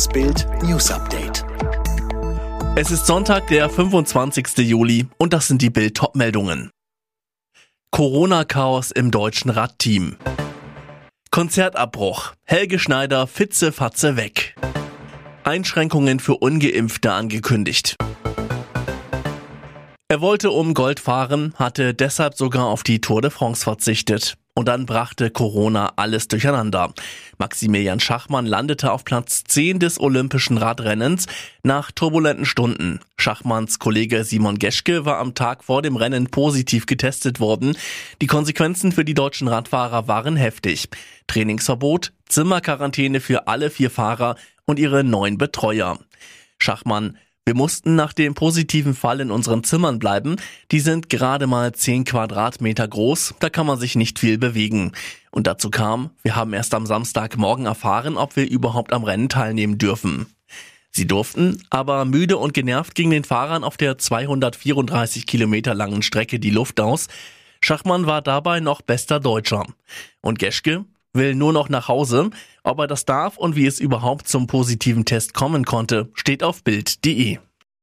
Das Bild News Update. Es ist Sonntag, der 25. Juli und das sind die Bild-Top-Meldungen. Corona-Chaos im deutschen Radteam. Konzertabbruch. Helge Schneider Fitze-Fatze weg. Einschränkungen für Ungeimpfte angekündigt. Er wollte um Gold fahren, hatte deshalb sogar auf die Tour de France verzichtet. Und dann brachte Corona alles durcheinander. Maximilian Schachmann landete auf Platz 10 des olympischen Radrennens nach turbulenten Stunden. Schachmanns Kollege Simon Geschke war am Tag vor dem Rennen positiv getestet worden. Die Konsequenzen für die deutschen Radfahrer waren heftig. Trainingsverbot, Zimmerquarantäne für alle 4 Fahrer und ihre 9 Betreuer. Schachmann: Wir mussten nach dem positiven Fall in unseren Zimmern bleiben. Die sind gerade mal 10 Quadratmeter groß, da kann man sich nicht viel bewegen. Und dazu kam, wir haben erst am Samstagmorgen erfahren, ob wir überhaupt am Rennen teilnehmen dürfen. Sie durften, aber müde und genervt ging den Fahrern auf der 234 Kilometer langen Strecke die Luft aus. Schachmann war dabei noch bester Deutscher. Und Geschke will nur noch nach Hause. Ob er das darf und wie es überhaupt zum positiven Test kommen konnte, steht auf Bild.de.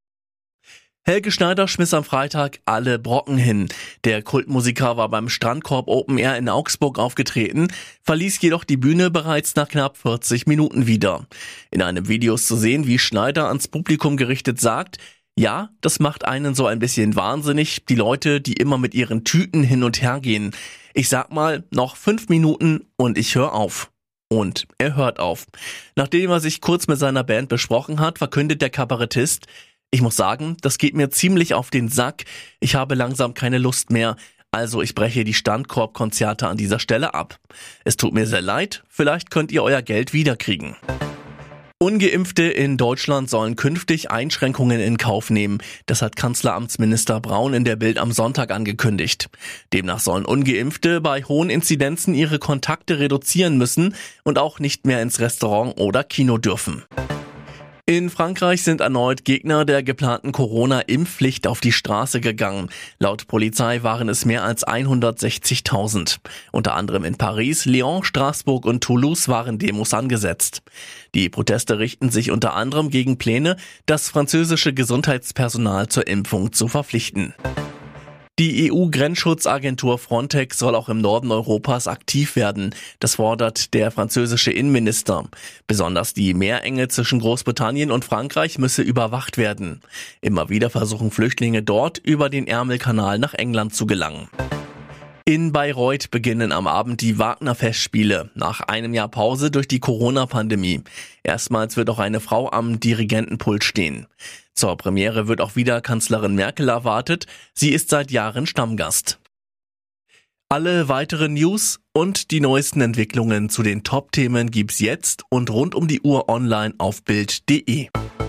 Helge Schneider schmiss am Freitag alle Brocken hin. Der Kultmusiker war beim Strandkorb Open Air in Augsburg aufgetreten, verließ jedoch die Bühne bereits nach knapp 40 Minuten wieder. In einem Video ist zu sehen, wie Schneider ans Publikum gerichtet sagt: Ja, das macht einen so ein bisschen wahnsinnig, die Leute, die immer mit ihren Tüten hin und her gehen. Ich sag mal, noch 5 Minuten und ich höre auf. Und er hört auf. Nachdem er sich kurz mit seiner Band besprochen hat, verkündet der Kabarettist: Ich muss sagen, das geht mir ziemlich auf den Sack. Ich habe langsam keine Lust mehr. Also ich breche die Strandkorb-Konzerte an dieser Stelle ab. Es tut mir sehr leid, vielleicht könnt ihr euer Geld wiederkriegen. Ungeimpfte in Deutschland sollen künftig Einschränkungen in Kauf nehmen. Das hat Kanzleramtsminister Braun in der Bild am Sonntag angekündigt. Demnach sollen Ungeimpfte bei hohen Inzidenzen ihre Kontakte reduzieren müssen und auch nicht mehr ins Restaurant oder Kino dürfen. In Frankreich sind erneut Gegner der geplanten Corona-Impfpflicht auf die Straße gegangen. Laut Polizei waren es mehr als 160.000. Unter anderem in Paris, Lyon, Straßburg und Toulouse waren Demos angesetzt. Die Proteste richten sich unter anderem gegen Pläne, das französische Gesundheitspersonal zur Impfung zu verpflichten. Die EU-Grenzschutzagentur Frontex soll auch im Norden Europas aktiv werden. Das fordert der französische Innenminister. Besonders die Meerenge zwischen Großbritannien und Frankreich müsse überwacht werden. Immer wieder versuchen Flüchtlinge dort über den Ärmelkanal nach England zu gelangen. In Bayreuth beginnen am Abend die Wagner-Festspiele, nach einem Jahr Pause durch die Corona-Pandemie. Erstmals wird auch eine Frau am Dirigentenpult stehen. Zur Premiere wird auch wieder Kanzlerin Merkel erwartet. Sie ist seit Jahren Stammgast. Alle weiteren News und die neuesten Entwicklungen zu den Top-Themen gibt's jetzt und rund um die Uhr online auf Bild.de.